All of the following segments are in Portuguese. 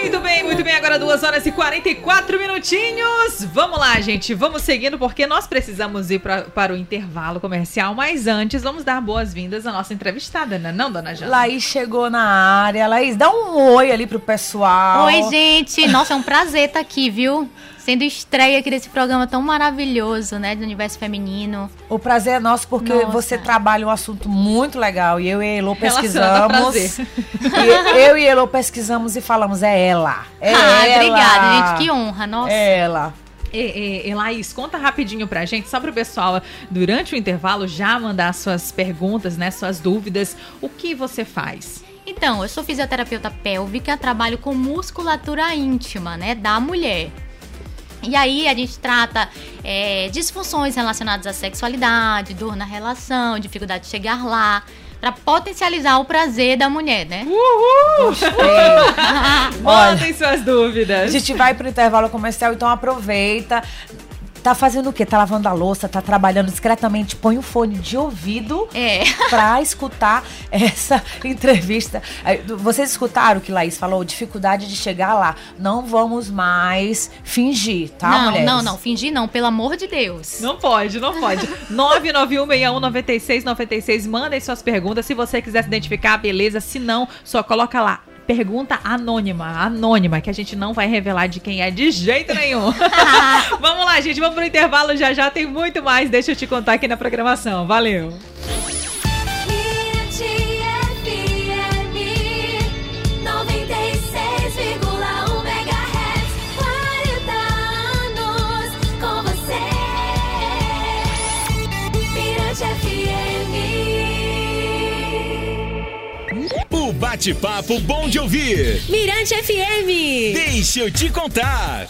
Muito bem, agora 2h44 minutinhos. Vamos lá, gente, vamos seguindo porque nós precisamos ir para o intervalo comercial, mas antes vamos dar boas-vindas à nossa entrevistada, não, dona Jana? Laís chegou na área. Laís, dá um oi ali pro pessoal. Oi, gente, nossa, é um prazer estar aqui, viu? Sendo estreia aqui desse programa tão maravilhoso, né, do universo feminino. O prazer é nosso porque você trabalha um assunto muito legal e eu e a Elô pesquisamos. Eu e a Elô pesquisamos e falamos, é ela. Obrigada, gente, que honra, nossa. É ela. Laís, conta rapidinho pra gente, só pro pessoal, durante o intervalo, já mandar suas perguntas, né, suas dúvidas. O que você faz? Então, eu sou fisioterapeuta pélvica, trabalho com musculatura íntima, né, da mulher. E aí a gente trata disfunções relacionadas à sexualidade, dor na relação, dificuldade de chegar lá, para potencializar o prazer da mulher, né? Uhul! Mandem suas dúvidas. A gente vai pro intervalo comercial, então aproveita. Tá fazendo o quê? Tá lavando a louça, tá trabalhando discretamente, põe o fone de ouvido pra escutar essa entrevista. Vocês escutaram o que Laís falou? Dificuldade de chegar lá. Não vamos mais fingir, tá, mulheres? Não, fingir não, pelo amor de Deus. Não pode. 991619696, mandem suas perguntas. Se você quiser se identificar, beleza. Se não, só coloca lá. Pergunta anônima, que a gente não vai revelar de quem é de jeito nenhum. Vamos lá, gente, vamos pro intervalo, já tem muito mais. Deixa eu te contar aqui na programação. Valeu! O bate-papo bom de ouvir. Mirante FM. Deixa eu te contar.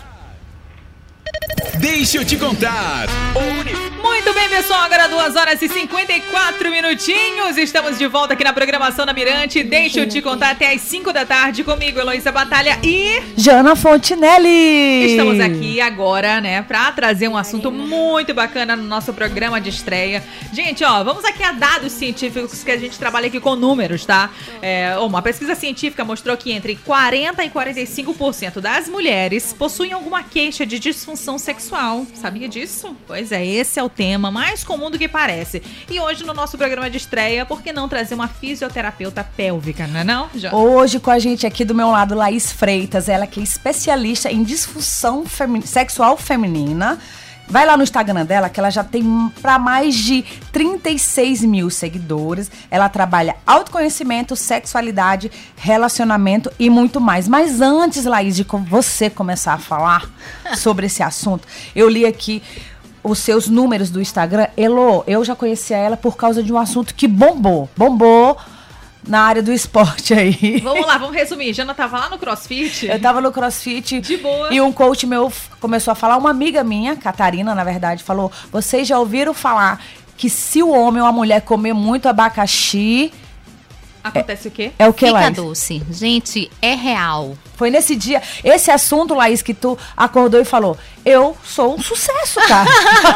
Muito bem, pessoal, agora 2h54 minutinhos. Estamos de volta aqui na programação da Mirante. Deixa eu te contar até às 5 da tarde comigo, Heloísa Batalha e Jana Fontinelli. Estamos aqui agora, né, pra trazer um assunto muito bacana no nosso programa de estreia. Gente, vamos aqui a dados científicos que a gente trabalha aqui com números, tá? Uma pesquisa científica mostrou que entre 40% e 45% das mulheres possuem alguma queixa de disfunção sexual. Sabia disso? Pois é, esse é o tema mais comum do que parece. E hoje no nosso programa de estreia, por que não trazer uma fisioterapeuta pélvica, não, Jana? Hoje com a gente aqui do meu lado, Laís Freitas, ela que é especialista em disfunção sexual feminina. Vai lá no Instagram dela, que ela já tem para mais de 36 mil seguidores. Ela trabalha autoconhecimento, sexualidade, relacionamento e muito mais. Mas antes, Laís, de você começar a falar sobre esse assunto, eu li aqui os seus números do Instagram. Elô, eu já conhecia ela por causa de um assunto que bombou na área do esporte aí. Vamos lá, vamos resumir. Jana tava lá no CrossFit. Eu tava no CrossFit. De boa. E um coach meu começou a falar, uma amiga minha, Catarina, na verdade, falou, vocês já ouviram falar que se o homem ou a mulher comer muito abacaxi... Acontece o quê? É o que, Laís? Fica doce. Gente, é real. Foi nesse dia, esse assunto, Laís, que tu acordou e falou, eu sou um sucesso, cara.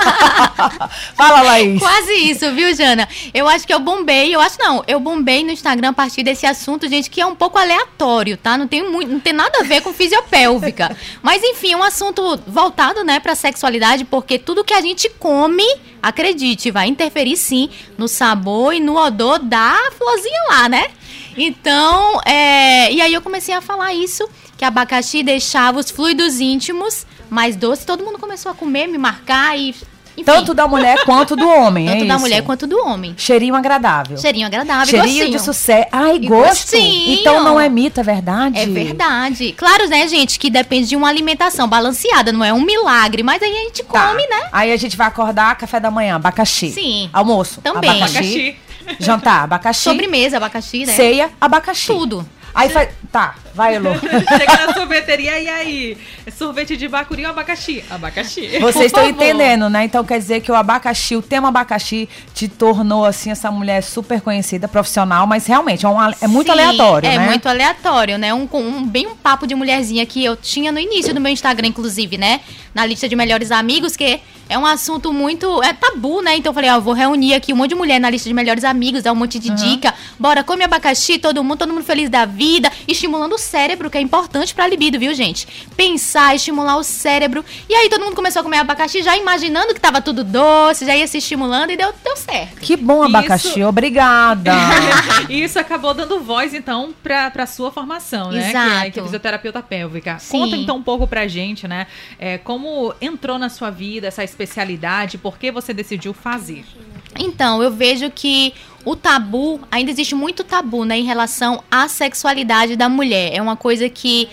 Fala, Laís. Quase isso, viu, Jana? Eu acho que eu bombei no Instagram a partir desse assunto, gente, que é um pouco aleatório, tá? Não tem nada a ver com fisiopélvica. Mas, enfim, é um assunto voltado, né, pra sexualidade, porque tudo que a gente come, acredite, vai interferir, sim, no sabor e no odor da florzinha lá, né? Então, e aí eu comecei a falar isso, que abacaxi deixava os fluidos íntimos mais doces. Todo mundo começou a comer, me marcar e... Enfim. Tanto da mulher quanto do homem, Tanto da isso? mulher quanto do homem. Cheirinho agradável. Cheirinho agradável, Cheirinho gostinho. de sucesso. Ai, E gosto. gostinho. Então não é mito, é verdade? É verdade. Claro, né, gente, que depende de uma alimentação balanceada, não é um milagre, mas aí a gente come, né? Aí a gente vai acordar, café da manhã, abacaxi. Sim. Almoço, Também. Abacaxi. Jantar, abacaxi. Sobremesa, abacaxi, né? Ceia, abacaxi. Tudo. Aí faz... Tá, vai, Elô. Chega na sorveteria e aí? Sorvete de bacuri ou abacaxi? Abacaxi. Vocês estão entendendo, né? Então quer dizer que o abacaxi, o tema abacaxi te tornou, assim, essa mulher super conhecida, profissional, mas realmente é muito Sim, aleatório, né? É muito aleatório, né? Bem um papo de mulherzinha que eu tinha no início do meu Instagram, inclusive, né? Na lista de melhores amigos, que é um assunto muito... É tabu, né? Então eu falei, eu vou reunir aqui um monte de mulher na lista de melhores amigos, dar um monte de dica. Bora, come abacaxi, todo mundo feliz da vida. comida, estimulando o cérebro, que é importante pra libido, viu, gente? Pensar, estimular o cérebro. E aí todo mundo começou a comer abacaxi, já imaginando que tava tudo doce, já ia se estimulando e deu certo. Que bom, abacaxi. Obrigada. Isso acabou dando voz, então, pra sua formação, né? Exato. Que é fisioterapeuta pélvica. Sim. Conta, então, um pouco pra gente, né? Como entrou na sua vida essa especialidade, por que você decidiu fazer? Então, eu vejo que o tabu, ainda existe muito tabu, né, em relação à sexualidade da mulher. É uma coisa que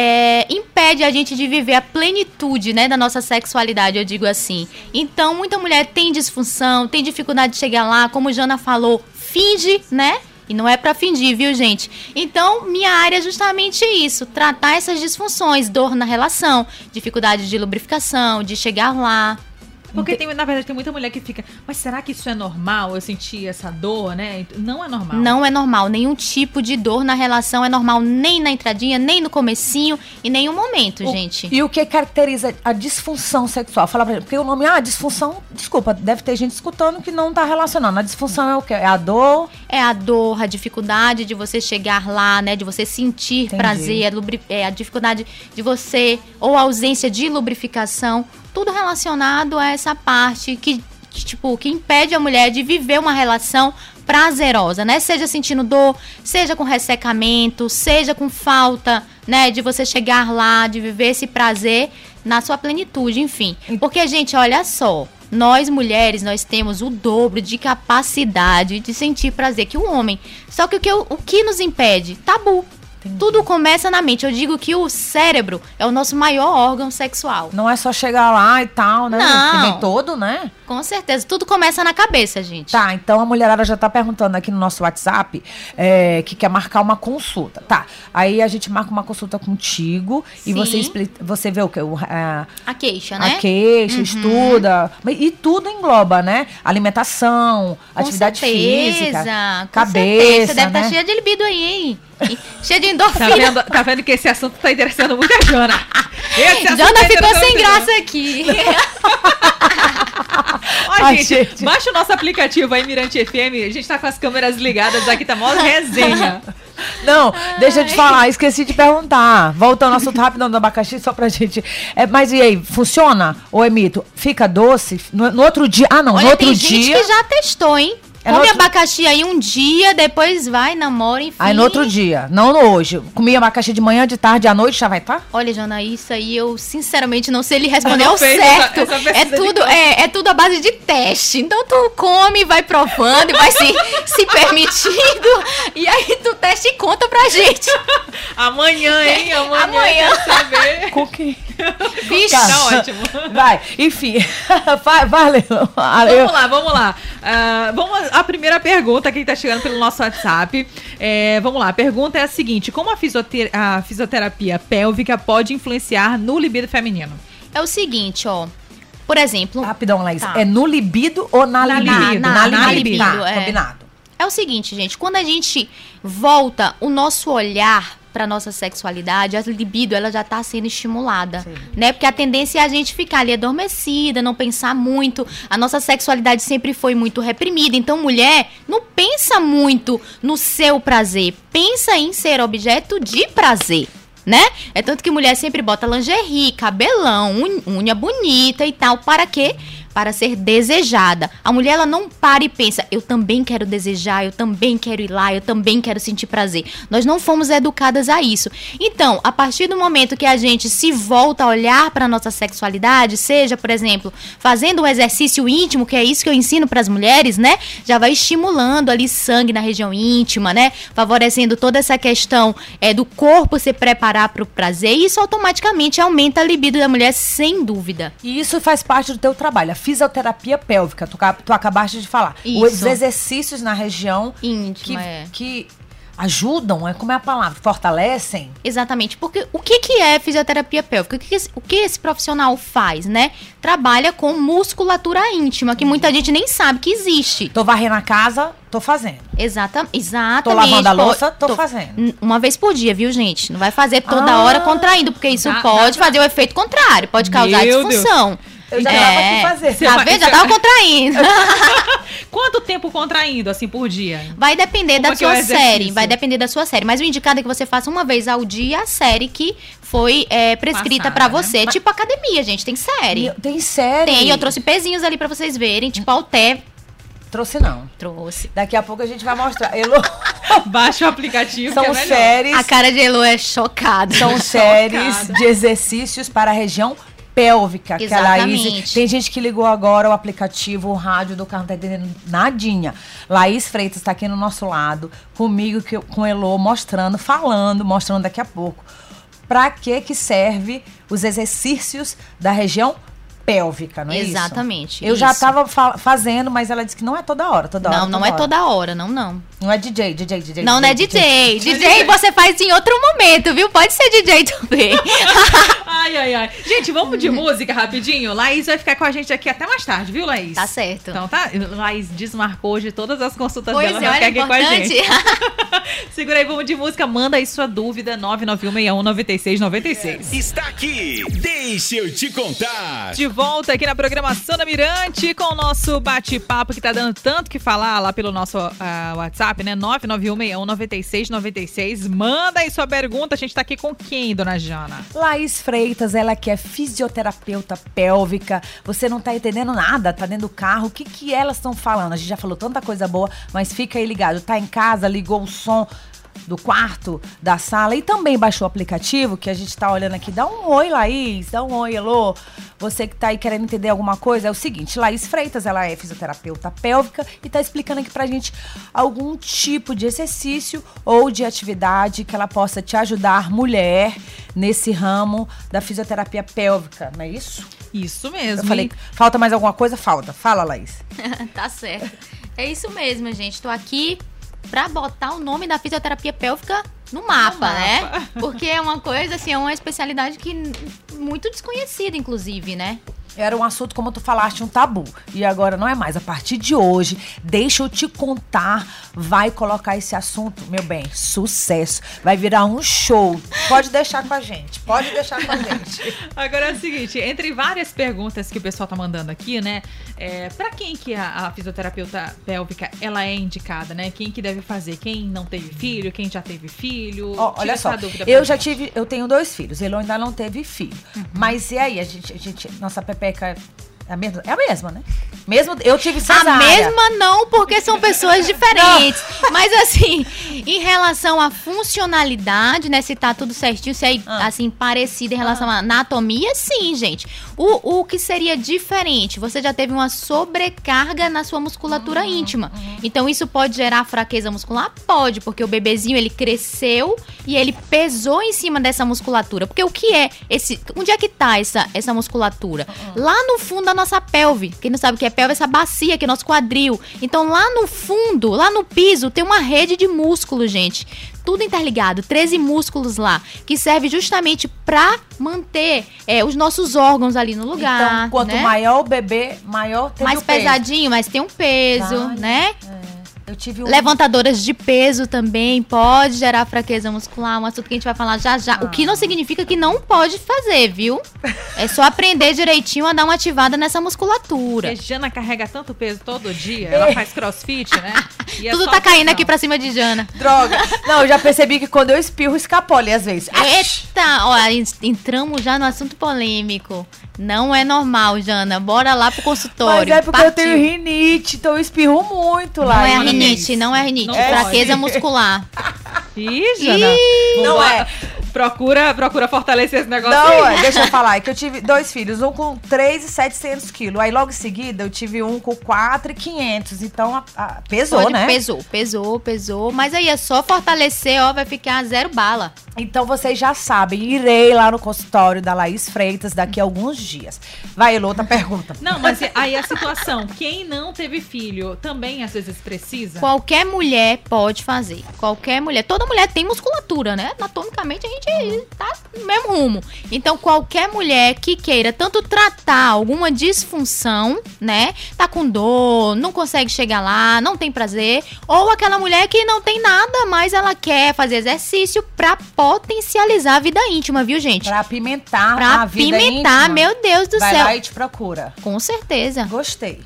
impede a gente de viver a plenitude, né, da nossa sexualidade, eu digo assim. Então, muita mulher tem disfunção, tem dificuldade de chegar lá, como Jana falou, finge, né? E não é pra fingir, viu, gente? Então, minha área é justamente isso, tratar essas disfunções, dor na relação, dificuldade de lubrificação, de chegar lá. Porque, na verdade, tem muita mulher que fica, mas será que isso é normal? Eu senti essa dor, né? Não é normal. Não é normal. Nenhum tipo de dor na relação é normal, nem na entradinha, nem no comecinho, em nenhum momento, gente. E o que caracteriza a disfunção sexual? Fala pra gente, porque o nome, disfunção, desculpa, deve ter gente escutando que não tá relacionando. A disfunção é o quê? É a dor? É a dor, a dificuldade de você chegar lá, né? De você sentir Entendi. prazer, a dificuldade de você, ou a ausência de lubrificação. Tudo relacionado a essa parte que impede a mulher de viver uma relação prazerosa, né? Seja sentindo dor, seja com ressecamento, seja com falta, né? De você chegar lá, de viver esse prazer na sua plenitude, enfim. Porque, gente, olha só, nós mulheres, nós temos o dobro de capacidade de sentir prazer que o homem. Só que o que nos impede? Tabu. Tudo começa na mente. Eu digo que o cérebro é o nosso maior órgão sexual. Não é só chegar lá e tal, né? Não. Que nem todo, né? Com certeza. Tudo começa na cabeça, gente. Tá, então a mulherada já tá perguntando aqui no nosso WhatsApp que quer marcar uma consulta. Tá, aí a gente marca uma consulta contigo. Sim. E você vê o quê? A queixa, né? A queixa, estuda. E tudo engloba, né? Alimentação, atividade física, Com cabeça, certeza. Você deve né? estar cheia de libido aí, hein? Cheia de endorfina. Tá vendo que esse assunto tá interessando muito a Jana. Jana ficou sem graça aqui. Ó, gente, baixa o nosso aplicativo aí, Mirante FM. A gente tá com as câmeras ligadas aqui, tá mó resenha. Não, deixa eu te falar, esqueci de perguntar. Voltando ao assunto rapidão do abacaxi, só pra gente. Mas e aí, funciona? Ou é mito? Fica doce? No outro dia? Ah, não, Olha, no outro tem dia. gente que já testou, hein? Come abacaxi aí um dia, depois vai, namora, enfim. Aí no outro dia, não no hoje. Comi abacaxi de manhã, de tarde, à noite, já vai estar? Olha, Jana, isso aí eu sinceramente não sei lhe responder Não ao fez certo. essa É tudo à base de teste. Então tu come, vai provando, vai se permitindo. E aí tu testa e conta pra gente. Amanhã, hein? Amanhã. Quer saber? Cookie. Vixe. Tá ótimo. Vai, enfim. Valeu. Vamos lá. A primeira pergunta que tá chegando pelo nosso WhatsApp. Vamos lá, a pergunta é a seguinte: como a fisioterapia pélvica pode influenciar no libido feminino? É o seguinte, ó. Por exemplo... Rapidão, Laís. Tá. É no libido ou na libido? Na libido, Tá, é. combinado. É o seguinte, gente, quando a gente volta o nosso olhar para nossa sexualidade, a libido ela já tá sendo estimulada, Sim. né? Porque a tendência é a gente ficar ali adormecida, não pensar muito. A nossa sexualidade sempre foi muito reprimida. Então, mulher, não pensa muito no seu prazer, pensa em ser objeto de prazer, né? É tanto que mulher sempre bota lingerie, cabelão, unha bonita e tal. Para quê? Para ser desejada. A mulher, ela não para e pensa, eu também quero desejar, eu também quero ir lá, eu também quero sentir prazer. Nós não fomos educadas a isso. Então, a partir do momento que a gente se volta a olhar para a nossa sexualidade, seja, por exemplo, fazendo um exercício íntimo, que é isso que eu ensino para as mulheres, né? Já vai estimulando ali sangue na região íntima, né? Favorecendo toda essa questão do corpo se preparar para o prazer. E isso automaticamente aumenta a libido da mulher, sem dúvida. E isso faz parte do teu trabalho. Fisioterapia pélvica, tu acabaste de falar. Isso. Os exercícios na região Íntima, que ajudam, como é a palavra? Fortalecem? Exatamente, porque o que é fisioterapia pélvica? O que esse profissional faz, né? Trabalha com musculatura íntima, que muita gente nem sabe que existe. Tô varrendo a casa, tô fazendo. Exatamente. Tô lavando a louça, tô fazendo. Uma vez por dia, viu, gente? Não vai fazer toda hora contraindo, porque isso pode fazer o efeito contrário, pode causar Meu disfunção. Eu já tava aqui fazer. Tá vendo? Já tava contraindo. Quanto tempo contraindo, assim, por dia? Vai depender Como da é que é o sua exercício? série. Vai depender da sua série. Mas o indicado é que você faça uma vez ao dia a série que foi prescrita Passada, pra né? você. Tipo academia, gente. Tem série. Tem série? Tem. Eu trouxe pezinhos ali pra vocês verem. Tipo halter. Trouxe não. Trouxe. Daqui a pouco a gente vai mostrar. Elô, Baixa o aplicativo, que são é melhor. séries, A cara de Elo é chocada. são séries de exercícios para a região pélvica. Que a Laís, Exatamente. tem gente que ligou agora o aplicativo, o rádio do carro não tá entendendo nadinha. Laís Freitas tá aqui no nosso lado, comigo, com o Elô, mostrando daqui a pouco. Pra que serve os exercícios da região pélvica, não é isso? Exatamente. Eu já isso. tava fazendo, mas ela disse que não é toda hora, Não é toda hora, não. Não é DJ. Não é DJ. DJ você faz em outro momento, viu? Pode ser DJ também. Ai. Gente, vamos de música rapidinho? Laís vai ficar com a gente aqui até mais tarde, viu, Laís? Tá certo. Então tá, Laís desmarcou hoje todas as consultas Pois dela, é, vai ficar olha, aqui importante. com a gente. Segura aí, vamos de música, manda aí sua dúvida, 991619696. Está aqui, deixa eu te contar. De volta aqui na programação da Mirante com o nosso bate-papo que tá dando tanto que falar lá pelo nosso WhatsApp, né? 991619696. Manda aí sua pergunta, a gente tá aqui com quem, dona Jana? Laís Freitas, ela que é fisioterapeuta pélvica. Você não tá entendendo nada, tá dentro do carro. O que elas estão falando? A gente já falou tanta coisa boa, mas fica aí ligado. Tá em casa, ligou o som do quarto, da sala e também baixou o aplicativo que a gente tá olhando aqui. Dá um oi, Laís, dá um oi, Elô. Você que tá aí querendo entender alguma coisa, é o seguinte, Laís Freitas, ela é fisioterapeuta pélvica e tá explicando aqui pra gente algum tipo de exercício ou de atividade que ela possa te ajudar, mulher, nesse ramo da fisioterapia pélvica, não é isso? Isso mesmo. Eu falei, falta mais alguma coisa? Falta. Fala, Laís. Tá certo. É isso mesmo, gente. Tô aqui pra botar o nome da fisioterapia pélvica no mapa, né? Porque é uma coisa, assim, é uma especialidade que muito desconhecida, inclusive, né? Era um assunto, como tu falaste, um tabu. E agora não é mais. A partir de hoje, deixa eu te contar, vai colocar esse assunto, meu bem, sucesso. Vai virar um show. Pode deixar com a gente. Agora é o seguinte, entre várias perguntas que o pessoal tá mandando aqui, né? Pra quem que a fisioterapeuta pélvica, ela é indicada, né? Quem que deve fazer? Quem não teve filho? Quem já teve filho? Ó, Tira olha essa só, dúvida pra eu já gente. tive, eu tenho 2 filhos, ele ainda não teve filho. Mas e aí, a gente nossa pepeca é a mesma, né? Mesmo eu tive cesárea. A mesma não, porque são pessoas diferentes. Mas assim, em relação à funcionalidade, né? Se tá tudo certinho, se é assim, parecido em relação à anatomia, sim, gente. O que seria diferente? Você já teve uma sobrecarga na sua musculatura íntima. Então isso pode gerar fraqueza muscular? Pode, porque o bebezinho, ele cresceu e ele pesou em cima dessa musculatura. Porque o que é esse... Onde é que tá essa musculatura? Lá no fundo da nossa pelve. Quem não sabe o que é pelve, essa bacia que é nosso quadril. Então lá no fundo, lá no piso, tem uma rede de músculos, gente. Tudo interligado, 13 músculos lá, que serve justamente pra manter os nossos órgãos ali no lugar. Então, quanto né? maior o bebê, maior tem Mais o peso. pesadinho, mas tem um peso, Vai. né? Eu tive um... Levantadoras de peso também pode gerar fraqueza muscular, um assunto que a gente vai falar já já. O que não significa que não pode fazer, viu? É só aprender direitinho a dar uma ativada nessa musculatura. Porque Jana carrega tanto peso todo dia, ela faz crossfit, né? E é Tudo só tá caindo pressão. aqui pra cima de Jana. Droga. Não, eu já percebi que quando eu espirro, escapole às vezes. Eita! Ó, entramos já no assunto polêmico. Não é normal, Jana. Bora lá pro consultório. Mas é porque Partiu. eu tenho rinite, então eu espirro muito lá. Não é Olha rinite, não é rinite. Não Fraqueza pode. muscular. Ih, Jana. Não é. Procura fortalecer esse negócio Não, aí. deixa eu falar, é que eu tive 2 filhos, um com 3.700 quilos. Aí logo em seguida eu tive um com 4.500. Então pesou, Pode, né? Pesou. Mas aí é só fortalecer, ó, vai ficar 0 bala. Então vocês já sabem, irei lá no consultório da Laís Freitas daqui a alguns dias. Vai, Elô, outra pergunta. Não, mas aí a situação, quem não teve filho também às vezes precisa? Qualquer mulher pode fazer. Qualquer mulher. Toda mulher tem musculatura, né? Anatomicamente a gente tá no mesmo rumo. Então qualquer mulher que queira tanto tratar alguma disfunção, né? Tá com dor, não consegue chegar lá, não tem prazer. Ou aquela mulher que não tem nada, mas ela quer fazer exercício pra potencializar a vida íntima, viu, gente? Pra apimentar Pra a vida apimentar, íntima. meu Deus do Vai céu. lá e te procura. Com certeza. Gostei.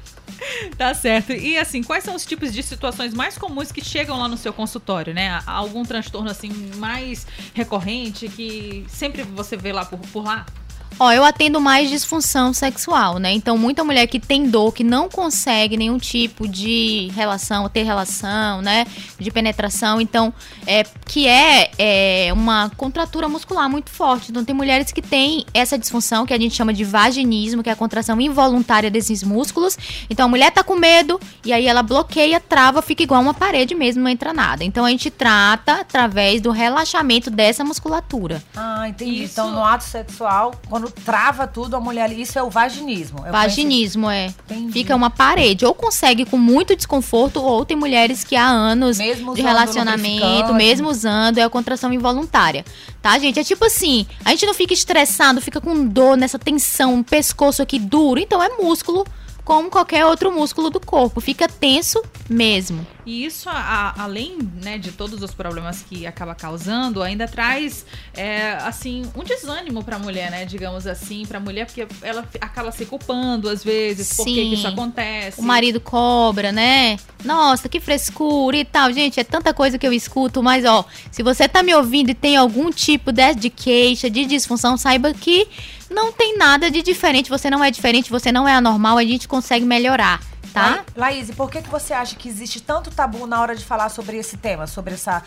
Tá certo. E assim, quais são os tipos de situações mais comuns que chegam lá no seu consultório, né? Algum transtorno assim mais recorrente que sempre você vê lá por lá? Ó, eu atendo mais disfunção sexual, né? Então, muita mulher que tem dor, que não consegue nenhum tipo de ter relação, né? De penetração. Então, que é uma contratura muscular muito forte. Então, tem mulheres que têm essa disfunção, que a gente chama de vaginismo, que é a contração involuntária desses músculos. Então, a mulher tá com medo, e aí ela bloqueia, trava, fica igual uma parede mesmo, não entra nada. Então, a gente trata através do relaxamento dessa musculatura. Ah, entendi. Isso... Então, no ato sexual, quando trava tudo, a mulher... Isso é o vaginismo. Vaginismo, Fica uma parede. Ou consegue com muito desconforto, ou tem mulheres que há anos mesmo de relacionamento, mesmo usando, é a contração involuntária. Tá, gente? É tipo assim, a gente não fica estressado, fica com dor nessa tensão, um pescoço aqui duro. Então, é músculo como qualquer outro músculo do corpo. Fica tenso mesmo. E isso, além, né, de todos os problemas que acaba causando, ainda traz, assim, um desânimo pra mulher, né? Digamos assim, pra mulher, porque ela acaba se culpando, às vezes, por que isso acontece. O marido cobra, né? Nossa, que frescura e tal. Gente, é tanta coisa que eu escuto, mas, ó, se você tá me ouvindo e tem algum tipo de queixa, de disfunção, saiba que não tem nada de diferente. Você não é diferente, você não é anormal, a gente consegue melhorar. Tá? Laís, e por que você acha que existe tanto tabu na hora de falar sobre esse tema, sobre essa...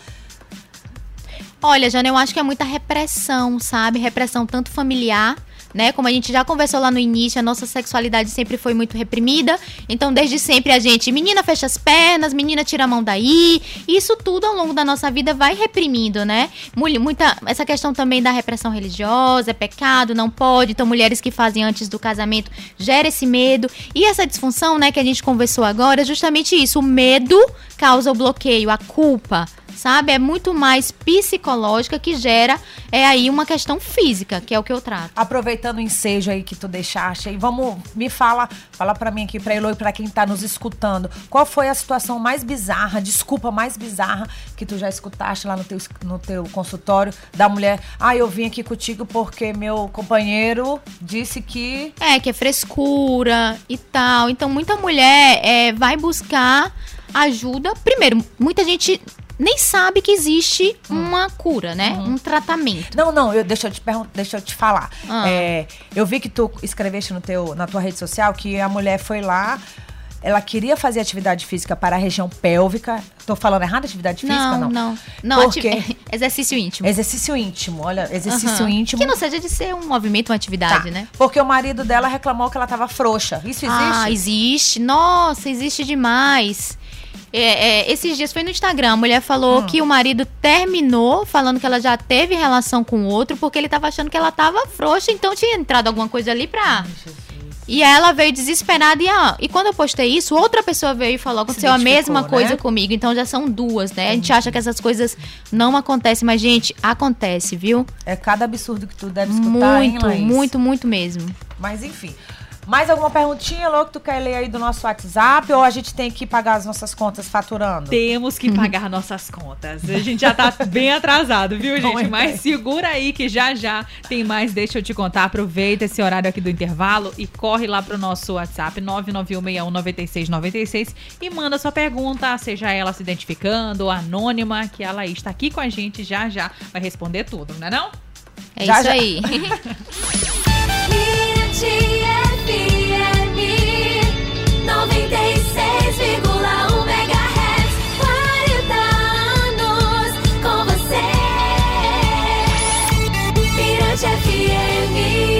Olha, Jana, eu acho que é muita repressão, sabe? Repressão tanto familiar, né? Como a gente já conversou lá no início, a nossa sexualidade sempre foi muito reprimida. Então, desde sempre a gente, menina fecha as pernas, menina tira a mão daí. Isso tudo ao longo da nossa vida vai reprimindo, né? Essa questão também da repressão religiosa, é pecado, não pode. Então, mulheres que fazem antes do casamento gera esse medo. E essa disfunção, né, que a gente conversou agora, é justamente isso. O medo causa o bloqueio, a culpa, sabe? É muito mais psicológica que gera aí uma questão física, que é o que eu trato. Aproveitando o ensejo aí que tu deixaste, aí fala pra mim aqui, pra Elo e pra quem tá nos escutando, qual foi a situação mais bizarra, desculpa, mais bizarra que tu já escutaste lá no teu consultório da mulher? Eu vim aqui contigo porque meu companheiro disse que... que é frescura e tal. Então, muita mulher vai buscar ajuda. Primeiro, muita gente nem sabe que existe uma cura, né? Um tratamento. Não, deixa eu te falar. Eu vi que tu escreveste na tua rede social que a mulher foi lá, ela queria fazer atividade física para a região pélvica. Tô falando errado, atividade física? Não. Exercício íntimo. Exercício íntimo, olha, exercício íntimo. Que não seja de ser um movimento, uma atividade, né? Porque o marido dela reclamou que ela tava frouxa. Isso existe? Existe. Nossa, existe demais. Esses dias foi no Instagram, a mulher falou que o marido terminou falando que ela já teve relação com o outro porque ele tava achando que ela tava frouxa, então tinha entrado alguma coisa ali pra... E ela veio desesperada e quando eu postei isso, outra pessoa veio e falou, aconteceu a mesma coisa comigo, então já são duas, né? A gente acha que essas coisas não acontecem, mas, gente, acontece, viu? É cada absurdo que tu deve escutar, muito mesmo. Mas, enfim... Mais alguma perguntinha, Lô, que tu quer ler aí do nosso WhatsApp? Ou a gente tem que pagar as nossas contas faturando? Temos que pagar nossas contas. A gente já tá bem atrasado, viu, gente? Mas segura aí que já tem mais. Deixa eu te contar. Aproveita esse horário aqui do intervalo e corre lá pro nosso WhatsApp 991619696 e manda sua pergunta, seja ela se identificando, anônima, que a Laís tá aqui com a gente já vai responder tudo, não é não? É isso aí. FM 96,1 MHz, 40 anos com você. Mirante FM.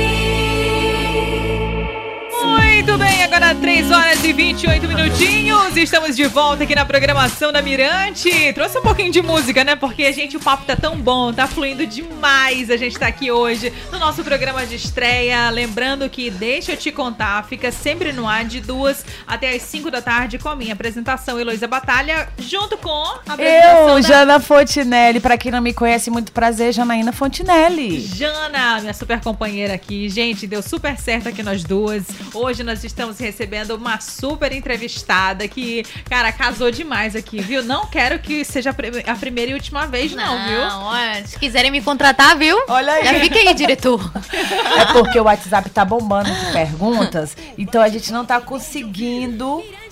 Muito bem, agora 3 horas e 28 minutinhos. Estamos de volta aqui na programação da Mirante. Trouxe um pouquinho de música, né? Porque, gente, o papo tá tão bom, tá fluindo demais. A gente tá aqui hoje no nosso programa de estreia. Lembrando que Deixa Eu Te Contar fica sempre no ar de 2 até as 5 da tarde com a minha apresentação, Heloísa Batalha, junto com a apresentação Jana Fontinelli. Pra quem não me conhece, muito prazer, Janaína Fontinelli. Jana, minha super companheira aqui. Gente, deu super certo aqui nós duas. Hoje nós estamos recebendo uma super entrevistada que, cara, casou demais aqui, viu? Não quero que seja a primeira e última vez, não, viu? Olha, se quiserem me contratar, viu? Olha aí. Já fica aí, diretor. É porque o WhatsApp tá bombando de perguntas, então a gente não tá conseguindo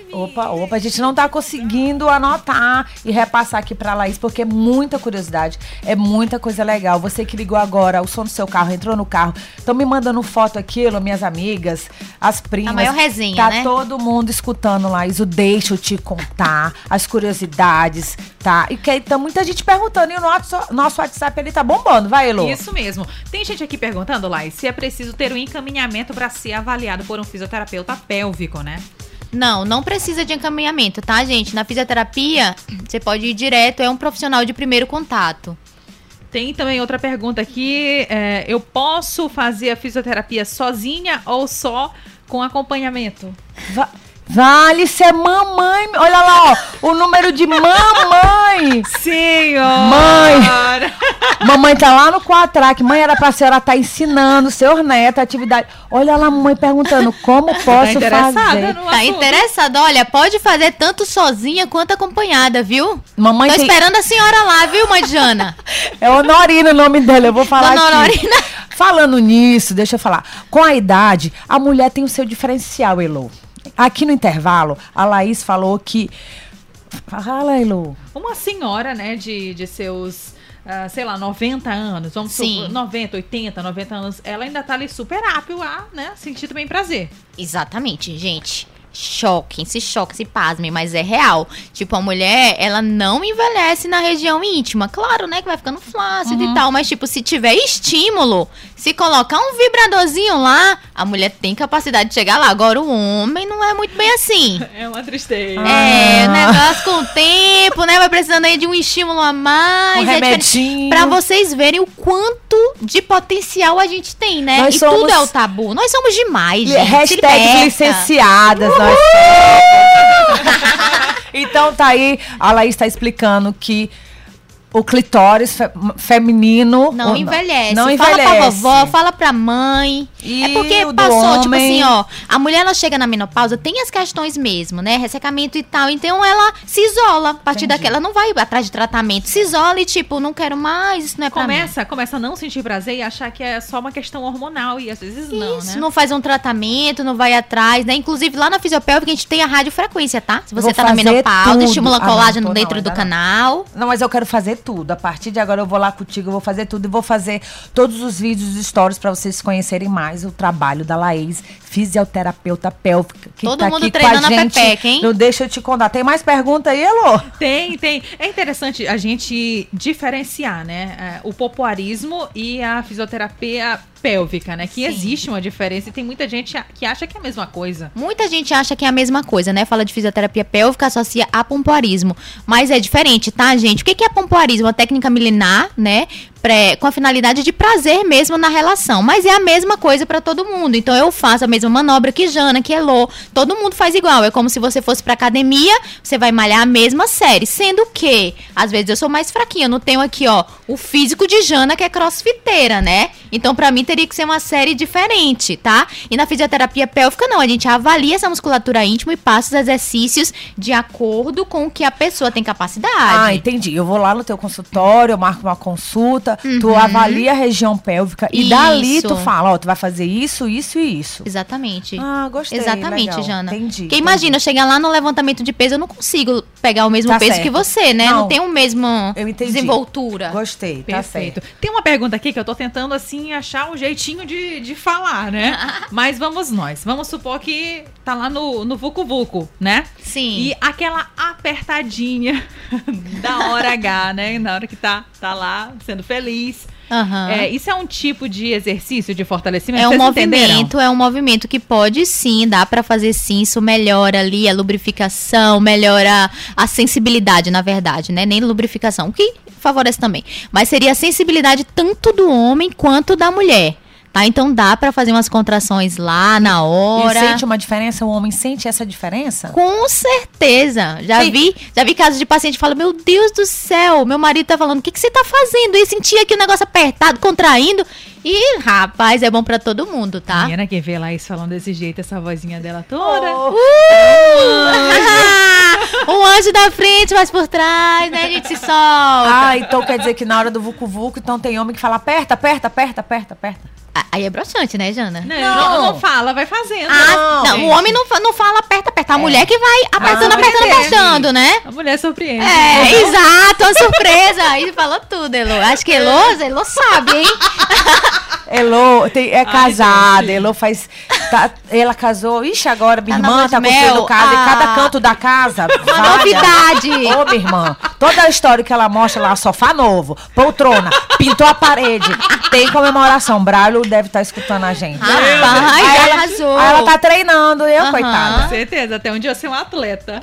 Opa, a gente não tá conseguindo anotar e repassar aqui pra Laís, porque é muita curiosidade, é muita coisa legal. Você que ligou agora, o som do seu carro, entrou no carro, estão me mandando foto aquilo, minhas amigas, as primas. A maior resenha, tá, né? Todo mundo escutando, Laís, o Deixa Eu Te Contar, as curiosidades, tá? E que tá muita gente perguntando, e o nosso WhatsApp, ele tá bombando, vai, Elô? Isso mesmo. Tem gente aqui perguntando, Laís, se é preciso ter um encaminhamento pra ser avaliado por um fisioterapeuta pélvico, né? Não precisa de encaminhamento, tá, gente? Na fisioterapia, você pode ir direto, é um profissional de primeiro contato. Tem também outra pergunta aqui, eu posso fazer a fisioterapia sozinha ou só com acompanhamento? Vale ser mamãe. Olha lá, ó, o número de mamãe. Senhora! Mãe! Mamãe tá lá no Quatrack. Mãe, era pra senhora tá ensinando seu neto a atividade. Olha lá, mamãe perguntando como posso fazer. Tá interessada? Olha, pode fazer tanto sozinha quanto acompanhada, viu? Mamãe Tô esperando a senhora lá, viu, mãe de Jana? É Honorina o nome dela, eu vou falar Dona aqui. Honorina. Falando nisso, deixa eu falar. Com a idade, a mulher tem o seu diferencial, Elô. Aqui no intervalo, a Laís falou que... Fala, Elô. Uma senhora, né, de seus, sei lá, 90 anos, vamos Sim. supor, 90, 80, 90 anos, ela ainda tá ali super apto a, né, sentir também prazer. Exatamente, gente. Choquem, se pasmem, mas é real. Tipo, a mulher, ela não envelhece na região íntima. Claro, né, que vai ficando flácido e tal, mas tipo, se tiver estímulo, se colocar um vibradorzinho lá, a mulher tem capacidade de chegar lá. Agora, o homem não é muito bem assim. É uma tristeza. É, negócio com o tempo, né, vai precisando aí de um estímulo a mais. Um é remedinho. pra vocês verem o quanto de potencial a gente tem, né? Nós e somos- tudo é o tabu. Nós somos demais, gente. Se Hashtag liberta. licenciadas. Nós... Então tá aí, a Laís tá explicando que o clitóris feminino... Não envelhece. Não Fala envelhece. pra vovó, fala pra mãe. E é porque o do passou, tipo homem? assim, ó. A mulher, ela chega na menopausa, tem as questões mesmo, né? Ressecamento e tal. Então, ela se isola. A partir Entendi. daquela, não vai atrás de tratamento. Se isola e, tipo, não quero mais, isso não é pra mim. Começa a não sentir prazer e achar que é só uma questão hormonal e às vezes não, Isso, né? não faz um tratamento, não vai atrás, né? Inclusive, lá na Fisiopélvica, a gente tem a radiofrequência, tá? Se você Vou tá na fazer menopausa, tudo. estimula Ah, colágeno não tô, dentro não, do ainda não. canal. Não, mas eu quero fazer tudo. A partir de agora eu vou lá contigo, eu vou fazer tudo. E vou fazer todos os vídeos e stories pra vocês conhecerem mais o trabalho da Laís, fisioterapeuta pélvica, que Todo tá mundo aqui com treinando a a gente. pepeca, hein? Não deixa eu te contar. Tem mais pergunta aí, Elô? Tem. É interessante a gente diferenciar, né? O popoarismo e a fisioterapia pélvica, né? Que Sim. existe uma diferença e tem muita gente que acha que é a mesma coisa. Muita gente acha que é a mesma coisa, né? Fala de fisioterapia pélvica, associa a pompoarismo. Mas é diferente, tá, gente? O que é pompoarismo? Uma técnica milenar, né? Com a finalidade de prazer mesmo na relação. Mas é a mesma coisa pra todo mundo. Então eu faço a mesma manobra que Jana, que Elô. Todo mundo faz igual. É como se você fosse pra academia, você vai malhar a mesma série. Sendo que, às vezes, eu sou mais fraquinha. Eu não tenho aqui, ó, o físico de Jana, que é crossfiteira, né? Então, pra mim, teria que ser uma série diferente, tá? E na fisioterapia pélvica, não. A gente avalia essa musculatura íntima e passa os exercícios de acordo com o que a pessoa tem capacidade. Ah, entendi. Eu vou lá no teu consultório, eu marco uma consulta, tu avalia a região pélvica e dali Isso. tu fala, ó, tu vai fazer isso, isso e isso. Exatamente. Ah, gostei. Exatamente, legal. Jana. Entendi. Porque imagina, eu chegar lá no levantamento de peso, eu não consigo pegar o mesmo Tá peso certo. que você, né? Não. Não tem o mesmo Eu entendi. desenvoltura. Gostei, tá Perfeito. certo. Tem uma pergunta aqui que eu tô tentando, assim, achar um jeitinho de falar, né? Mas vamos nós. Vamos supor que tá lá no Vucu Vucu, né? Sim. E aquela apertadinha da hora H, né? Na hora que tá lá sendo feliz. Aham. Isso é um tipo de exercício de fortalecimento? É um Vocês entenderam? movimento que pode sim, dá pra fazer sim, isso melhora ali a lubrificação, melhora a sensibilidade, na verdade, né? Nem lubrificação, o que favorece também. Mas seria a sensibilidade tanto do homem quanto da mulher. Tá? Então dá pra fazer umas contrações lá na hora. E sente uma diferença? O homem sente essa diferença? Com certeza. Já Sim. vi casos de paciente que falam, meu Deus do céu, meu marido tá falando, o que você tá fazendo? E sentia aqui o negócio apertado, contraindo. E, rapaz, é bom pra todo mundo, tá? Menina que vê Laís falando desse jeito, essa vozinha dela toda. Um anjo da frente, mas por trás, né? A gente se solta. Ah, então quer dizer que na hora do vucu-vucu, então tem homem que fala aperta, aperta, aperta, aperta, aperta. Aí Aí é broxante, né, Jana? Não fala, vai fazendo. Não, o homem não fala aperta. A mulher que vai apertando, né? A mulher surpreende. Exato, uma surpresa. Aí falou tudo, Elô. Acho que Elô sabe, hein? Elô é casada, Elô faz... ela casou, agora minha irmã tá construindo casa em cada canto da casa. Uma novidade. Ô, minha irmã, toda a história que ela mostra lá, sofá novo, poltrona, pintou a parede, tem comemoração. Braulio deve estar escutando a gente. Rapaz, arrasou. Aí ela tá treinando, coitada. Com certeza, até um dia eu ser um atleta.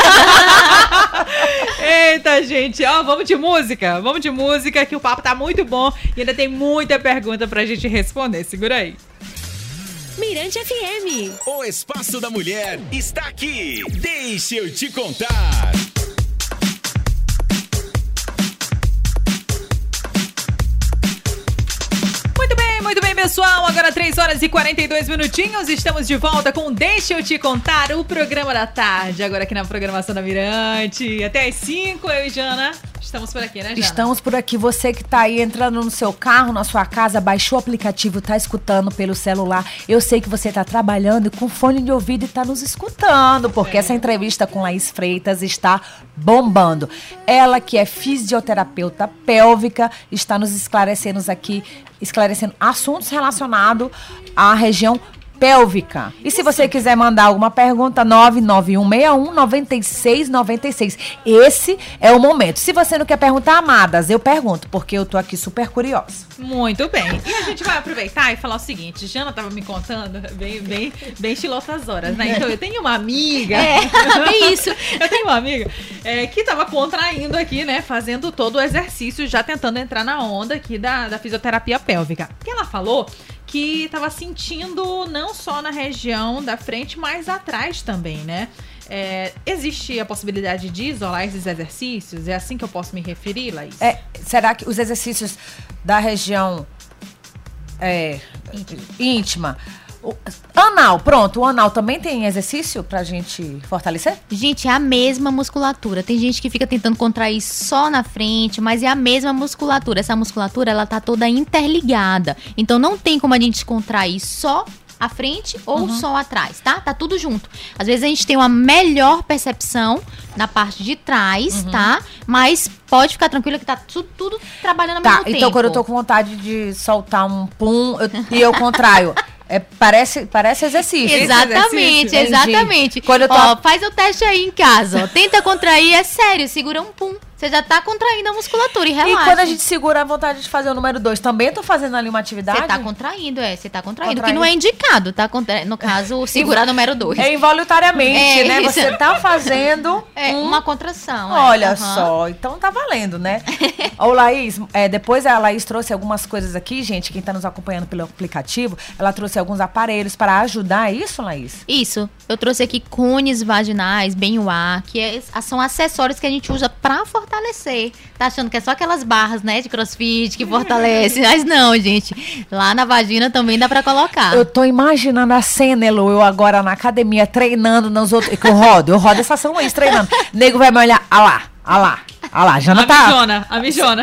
Eita, gente, vamos de música, que o papo tá muito bom e ainda tem muita pergunta pra gente responder. Segura aí. Mirante FM. O Espaço da Mulher está aqui. Deixa eu te contar. Muito bem, pessoal. Agora 3 horas e 42 minutinhos. Estamos de volta com Deixa Eu Te Contar, o programa da tarde. Agora aqui na programação da Mirante. Até às 5, eu e Jana. Estamos por aqui, né, Jana? Estamos por aqui. Você que tá aí entrando no seu carro, na sua casa, baixou o aplicativo, tá escutando pelo celular. Eu sei que você tá trabalhando e com fone de ouvido e tá nos escutando, porque essa entrevista com Laís Freitas está bombando. Ela que é fisioterapeuta pélvica, está nos esclarecendo assuntos relacionados à região pélvica. E se você quiser mandar alguma pergunta, 991619696. Esse é o momento. Se você não quer perguntar, amadas, eu pergunto, porque eu tô aqui super curiosa. Muito bem. E a gente vai aproveitar e falar o seguinte. Jana tava me contando, bem estilotas horas, né? Então eu tenho uma amiga. É isso. Eu tenho uma amiga que tava contraindo aqui, né? Fazendo todo o exercício, já tentando entrar na onda aqui da fisioterapia pélvica. E ela falou que estava sentindo não só na região da frente, mas atrás também, né? Existe a possibilidade de isolar esses exercícios? É assim que eu posso me referir, Laís? Será que os exercícios da região íntima... O anal também tem exercício pra gente fortalecer? Gente, é a mesma musculatura. Tem gente que fica tentando contrair só na frente, mas é a mesma musculatura. Essa musculatura, ela tá toda interligada. Então não tem como a gente contrair só à frente ou só atrás, tá? Tá tudo junto. Às vezes a gente tem uma melhor percepção na parte de trás, tá? Mas pode ficar tranquila que tá tudo trabalhando ao mesmo tempo. Então quando eu tô com vontade de soltar um pum e eu contraio... Parece exercício. Exatamente. Quando eu tô... faz o teste aí em casa. Tenta contrair, é sério, segura um pum. Você já tá contraindo a musculatura e relaxa. E quando a gente segura a vontade de fazer o número 2, também tô fazendo ali uma atividade? Você tá contraindo, Você tá contraindo. Que não é indicado, tá? No caso, segurar número 2. Involuntariamente, né? Isso. Você tá fazendo uma contração. Olha só, então tá valendo, né? Ô, Laís, depois a Laís trouxe algumas coisas aqui, gente, quem tá nos acompanhando pelo aplicativo, ela trouxe alguns aparelhos para ajudar, é isso, Laís? Isso. Eu trouxe aqui cones vaginais, bem-o-ar, que são acessórios que a gente usa pra fortalecer. Tá achando que é só aquelas barras, né, de crossfit que fortalece. Mas não, gente. Lá na vagina também dá pra colocar. Eu tô imaginando a cena, Elo, eu agora na academia treinando nos outros. Que eu rodo essa São Luís treinando. O nego vai me olhar. Ah lá, Jana tá. A mijona.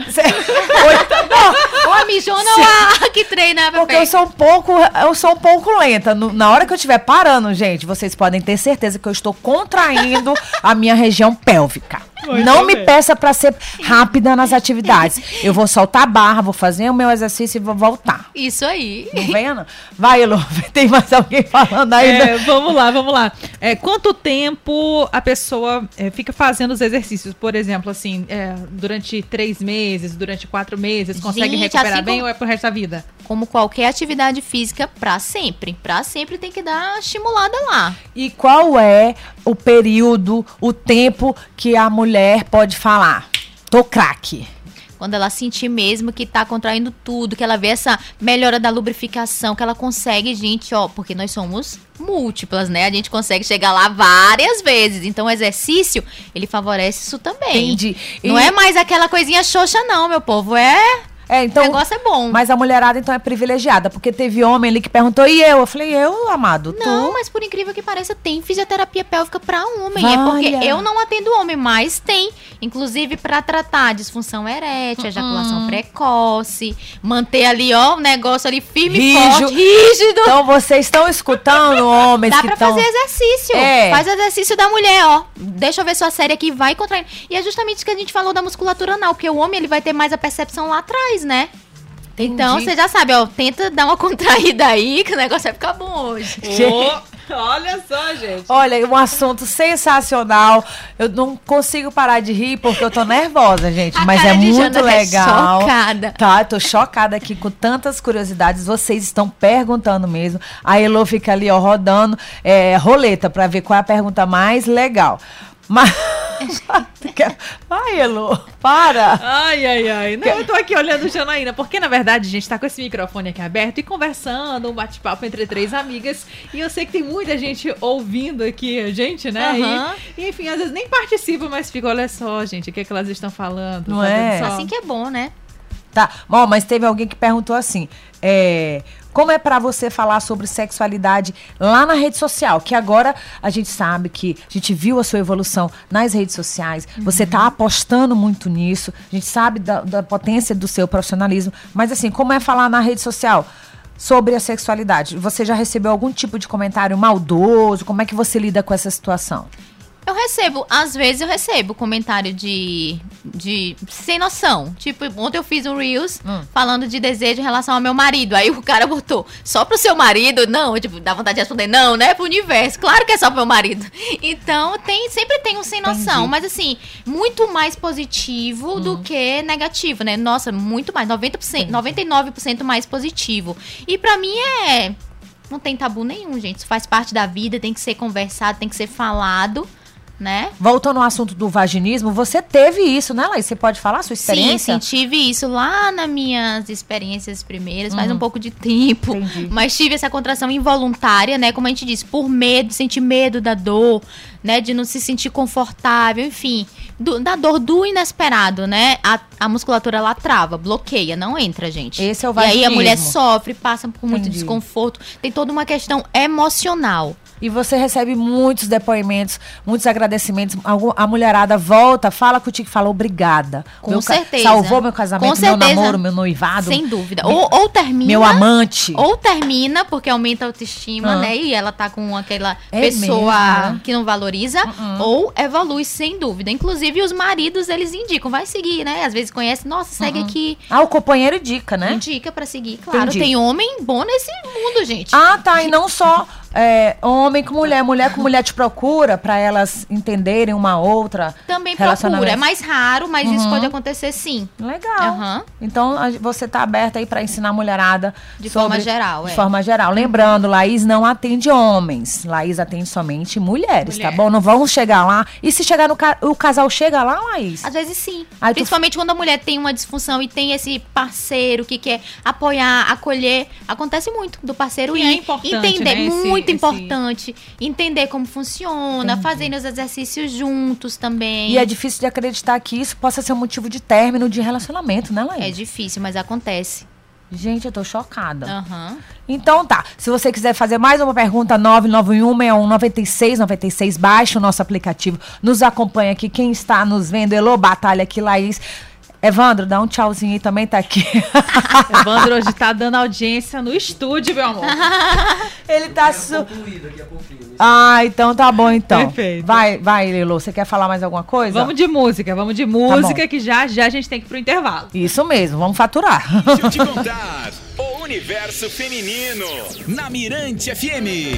Ou a mijona ou a que treina. Porque eu sou um pouco lenta. Na hora que eu estiver parando, gente, vocês podem ter certeza que eu estou contraindo a minha região pélvica. Não me peça pra ser rápida nas atividades. Eu vou soltar a barra, vou fazer o meu exercício e vou voltar. Isso aí. Não vendo? Vai, Elô, tem mais alguém falando aí? Vamos lá. Quanto tempo a pessoa fica fazendo os exercícios? Por exemplo, assim, durante 3 meses, durante 4 meses, consegue recuperar bem ou é pro resto da vida? Como qualquer atividade física, pra sempre. Pra sempre tem que dar uma estimulada lá. E qual é o período, o tempo que a mulher pode falar? Tô craque. Quando ela sentir mesmo que tá contraindo tudo, que ela vê essa melhora da lubrificação, que ela consegue, gente, porque nós somos múltiplas, né? A gente consegue chegar lá várias vezes. Então o exercício, ele favorece isso também. Entendi. Não é mais aquela coisinha xoxa não, meu povo. Então, o negócio é bom. Mas a mulherada, então, é privilegiada. Porque teve homem ali que perguntou, e eu? Eu falei, eu, amado, Não, tu? mas por incrível que pareça, tem fisioterapia pélvica pra homem. Valha. É porque eu não atendo homem, mas tem. Inclusive pra tratar a disfunção erétil, ejaculação precoce, manter ali, ó, o negócio ali firme e forte, rígido. Então, vocês estão escutando homens Dá que pra estão... fazer exercício. Faz exercício da mulher, ó. Deixa eu ver sua série aqui, vai contraindo. E é justamente isso que a gente falou da musculatura anal, porque o homem, ele vai ter mais a percepção lá atrás, né? Então, você já sabe, ó, tenta dar uma contraída aí, que o negócio vai ficar bom hoje. Olha só, gente. Olha, um assunto sensacional. Eu não consigo parar de rir porque eu tô nervosa, gente. Mas é muito legal. Chocada. Tá, eu tô chocada aqui com tantas curiosidades. Vocês estão perguntando mesmo. A Elô fica ali, ó, rodando roleta pra ver qual é a pergunta mais legal. Mas... Vai, Elô, para. Ai. Não, eu tô aqui olhando Janaína, porque na verdade a gente tá com esse microfone aqui aberto e conversando, um bate-papo entre 3 amigas. E eu sei que tem muita gente ouvindo aqui a gente, né? E enfim, às vezes nem participa, mas fica, olha só, gente, o que é que elas estão falando. Não é? Assim que é bom, né? Tá, bom, mas teve alguém que perguntou assim, como é pra você falar sobre sexualidade lá na rede social? Que agora a gente sabe que a gente viu a sua evolução nas redes sociais, você tá apostando muito nisso, a gente sabe da potência do seu profissionalismo, mas assim, como é falar na rede social sobre a sexualidade? Você já recebeu algum tipo de comentário maldoso? Como é que você lida com essa situação? Às vezes eu recebo comentário de sem noção. Tipo, ontem eu fiz um Reels falando de desejo em relação ao meu marido. Aí o cara botou, só pro seu marido? Não, tipo, dá vontade de responder, não, né? Pro universo. Claro que é só pro meu marido. Então, sempre tem um sem noção. Mas assim, muito mais positivo do que negativo, né? Nossa, muito mais, 90%, 99% mais positivo. E pra mim não tem tabu nenhum, gente. Isso faz parte da vida, tem que ser conversado, tem que ser falado, né? Voltando ao assunto do vaginismo, você teve isso, né, Laís? Você pode falar a sua experiência? Sim, tive isso lá nas minhas experiências primeiras, faz um pouco de tempo. Entendi. Mas tive essa contração involuntária, né? Como a gente disse, por medo, sentir medo da dor, né? De não se sentir confortável, enfim. Da dor do inesperado, né? A musculatura lá trava, bloqueia, não entra, gente. Esse é o vaginismo. E aí a mulher sofre, passa por muito Entendi. desconforto. Tem toda uma questão emocional. E você recebe muitos depoimentos, muitos agradecimentos. A mulherada volta, fala contigo e fala obrigada. Com certeza. Salvou meu casamento, meu namoro, meu noivado. Sem dúvida. Ou termina. Meu amante. Ou termina, porque aumenta a autoestima, né? E ela tá com aquela pessoa mesmo, né? que não valoriza. Ou evolui, sem dúvida. Inclusive, os maridos, eles indicam. Vai seguir, né? Às vezes conhece, nossa, segue aqui. O companheiro indica, né? Indica pra seguir, claro. Entendi. Tem homem bom nesse mundo, gente. Tá. E não só homem com mulher. Mulher com mulher te procura pra elas entenderem uma outra. Também procura. É mais raro, mas isso pode acontecer sim. Legal. Então, você tá aberta aí pra ensinar a mulherada. De forma geral, De forma geral. Lembrando, Laís não atende homens. Laís atende somente mulheres, tá bom? Não vamos chegar lá. E se chegar o casal chega lá, Laís? Às vezes sim. Aí Principalmente quando a mulher tem uma disfunção e tem esse parceiro que quer apoiar, acolher. Acontece muito do parceiro E ir. é importante, entender, né, muito importante. Entender como funciona, fazendo os exercícios juntos também. E é difícil de acreditar que isso possa ser um motivo de término de relacionamento, né, Laís? É difícil, mas acontece. Gente, eu tô chocada. Então tá, se você quiser fazer mais uma pergunta, 991619696, baixe o nosso aplicativo, nos acompanha aqui, quem está nos vendo, Elô Batalha aqui, Laís. Evandro, dá um tchauzinho aí, também tá aqui. Evandro hoje tá dando audiência no estúdio, meu amor. Ele tá... então tá bom, então. Perfeito. Vai, Elô, você quer falar mais alguma coisa? Vamos de música, que já a gente tem que ir pro intervalo. Isso mesmo, vamos faturar. Deixa eu te contar. O universo feminino na Mirante FM.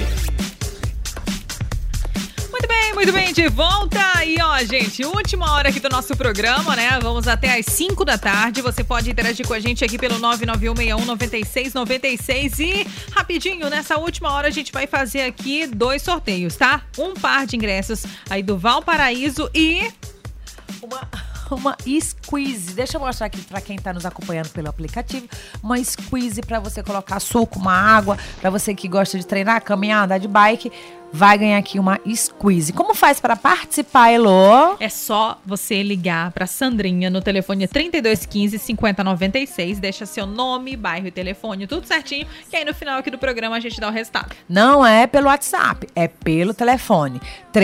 Muito bem, de volta. E ó, gente, última hora aqui do nosso programa, né? Vamos até às 5 da tarde. Você pode interagir com a gente aqui pelo 991619696. E rapidinho, nessa última hora a gente vai fazer aqui 2 sorteios, tá? Um par de ingressos aí do Valparaíso e... uma squeeze. Deixa eu mostrar aqui pra quem tá nos acompanhando pelo aplicativo. Uma squeeze pra você colocar suco, uma água. Pra você que gosta de treinar, caminhar, andar de bike. vai ganhar aqui uma squeeze. Como faz para participar, Elô? É só você ligar pra Sandrinha no telefone 3215-5096, deixa seu nome, bairro e telefone, tudo certinho, que aí no final aqui do programa a gente dá o resultado. Não é pelo WhatsApp, é pelo telefone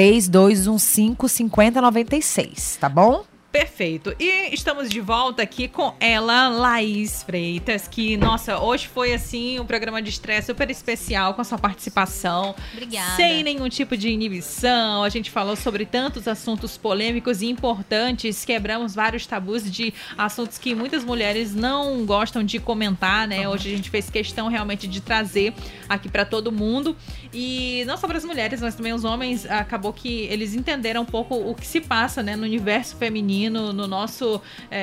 3215-5096, tá bom? Perfeito. E estamos de volta aqui com ela, Laís Freitas, que, nossa, hoje foi, assim, um programa de estresse super especial com a sua participação. Obrigada. Sem nenhum tipo de inibição. A gente falou sobre tantos assuntos polêmicos e importantes, quebramos vários tabus de assuntos que muitas mulheres não gostam de comentar, né? Hoje a gente fez questão realmente de trazer aqui pra todo mundo. E não só para as mulheres, mas também os homens, acabou que eles entenderam um pouco o que se passa, né, no universo feminino, no nosso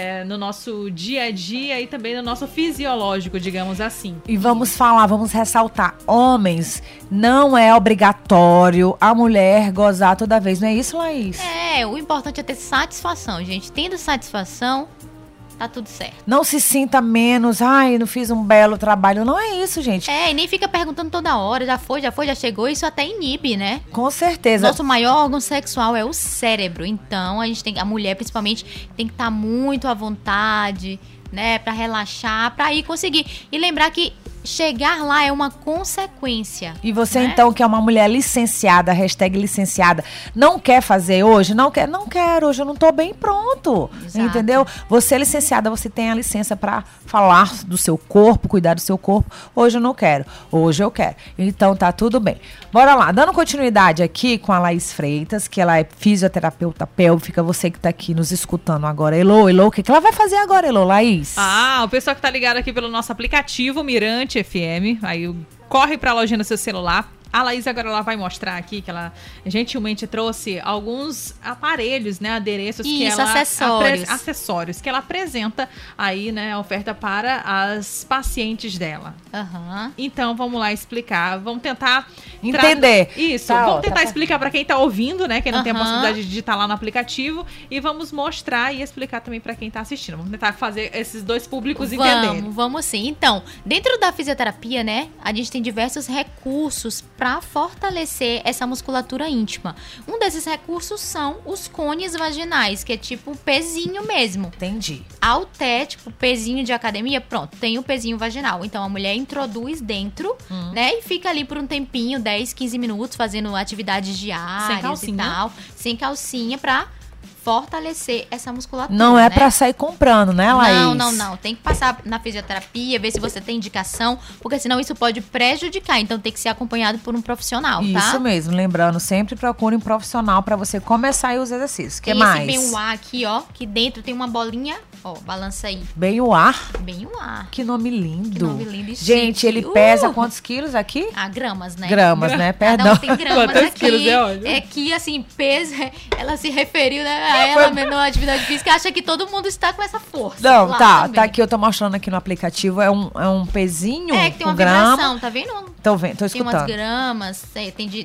dia a dia e também no nosso fisiológico, digamos assim. E vamos ressaltar, homens, não é obrigatório a mulher gozar toda vez, não é isso, Laís? O importante é ter satisfação, gente. Tendo satisfação, tá tudo certo. Não se sinta menos, não fiz um belo trabalho, não é isso, gente. E nem fica perguntando toda hora, já chegou, isso até inibe, né? Com certeza. Nosso maior órgão sexual é o cérebro, então a mulher principalmente tem que estar muito à vontade, né, pra relaxar, pra ir conseguir. E lembrar que chegar lá é uma consequência. E você, né? então, que é uma mulher licenciada, #licenciada, não quer fazer hoje? Não quero, hoje eu não tô bem, pronto. Exato. Entendeu? Você é licenciada, você tem a licença pra falar do seu corpo, cuidar do seu corpo. Hoje eu não quero, hoje eu quero. Então tá tudo bem. Bora lá, dando continuidade aqui com a Laís Freitas, que ela é fisioterapeuta pélvica, você que tá aqui nos escutando agora. Elô, o que ela vai fazer agora, Elô, Laís? O pessoal que tá ligado aqui pelo nosso aplicativo Mirante FM, aí corre pra lojinha no seu celular. A Laís agora ela vai mostrar aqui que ela gentilmente trouxe alguns aparelhos, né, adereços que ela acessórios que ela apresenta aí, né, a oferta para as pacientes dela. Então vamos lá explicar, vamos tentar entender. Isso, vamos tentar explicar para quem tá ouvindo, né, quem não tem a possibilidade de digitar lá no aplicativo, e vamos mostrar e explicar também para quem tá assistindo. Vamos tentar fazer esses dois públicos entenderem. Vamos sim. Então, dentro da fisioterapia, né, a gente tem diversos recursos para fortalecer essa musculatura íntima. Um desses recursos são os cones vaginais, que é tipo um pezinho mesmo. Entendi. Até, tipo, pezinho de academia, pronto, tem o pezinho vaginal. Então, a mulher introduz dentro, né, e fica ali por um tempinho, 10, 15 minutos, fazendo atividades diárias e tal. Sem calcinha, pra fortalecer essa musculatura. Não é, né? pra sair comprando, né, Laís? Não. Tem que passar na fisioterapia, ver se você tem indicação, porque senão isso pode prejudicar. Então tem que ser acompanhado por um profissional, tá? Isso mesmo. Lembrando, sempre procure um profissional pra você começar aí os exercícios. O que mais? Esse Bem-Uar aqui, ó, que dentro tem uma bolinha, ó, balança aí. Bem-Uar? Bem-Uar. Que nome lindo. Que nome lindo e gente, chique. ele pesa quantos quilos aqui? Gramas, né? Gramas, né? Cada Perdão. um tem gramas Quantos aqui. quilos é onde? É que, assim, peso, ela se referiu, né, a ela menor atividade física, acha que todo mundo está com essa força. Não, lá tá também. aqui, eu tô mostrando aqui no aplicativo, é um pezinho que tem com uma grama. vibração, tá vendo? Tô vendo, tô Tem escutando. umas gramas, tem de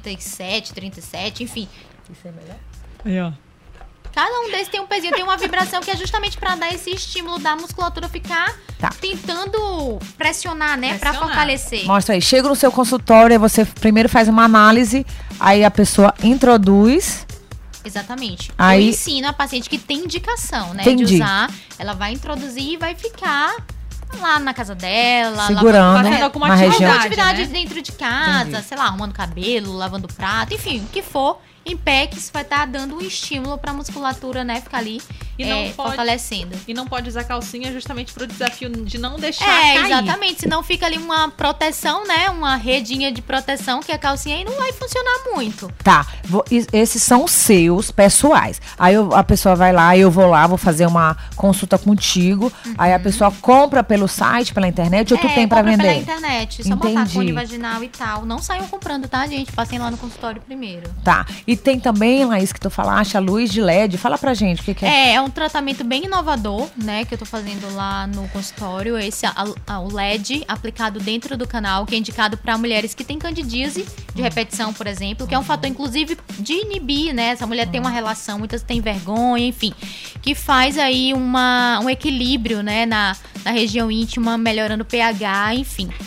47, 37, enfim. Isso é melhor? Aí, ó. Cada um desses tem um pezinho, tem uma vibração que é justamente pra dar esse estímulo da musculatura ficar tentando pressionar, né? Pra fortalecer. Mostra aí, chega no seu consultório, aí você primeiro faz uma análise, aí a pessoa introduz. Exatamente. Aí, eu ensino a paciente que tem indicação, né? Entendi. De usar, ela vai introduzir e vai ficar lá na casa dela, segurando, fazendo alguma na região. atividade né? dentro de casa, Entendi. sei lá, arrumando cabelo, lavando prato, enfim, o que for. Em pé, que isso vai estar dando um estímulo pra musculatura, né, ficar ali E não pode- fortalecendo. E não pode usar calcinha justamente pro desafio de não deixar cair. Exatamente. Senão fica ali uma proteção, né? Uma redinha de proteção que a calcinha aí não vai funcionar muito. Tá, esses são os seus pessoais. Aí a pessoa vai lá, eu vou lá, vou fazer uma consulta contigo. Aí a pessoa compra pelo site, pela internet, ou tu tem pra compra vender? pela internet. Só botar Entendi. cone vaginal e tal. Não saiam comprando, tá, gente? Passem lá no consultório primeiro. Tá, e tem também, Laís, que tu falaste, a luz de LED. Fala pra gente o que é. É um tratamento bem inovador, né? Que eu tô fazendo lá no consultório. Esse o LED aplicado dentro do canal, que é indicado pra mulheres que têm candidíase de repetição, por exemplo, que é um fator, inclusive, de inibir, né? Essa mulher tem uma relação, muitas têm vergonha, enfim, que faz aí um equilíbrio, né? Na região íntima, melhorando o pH, enfim.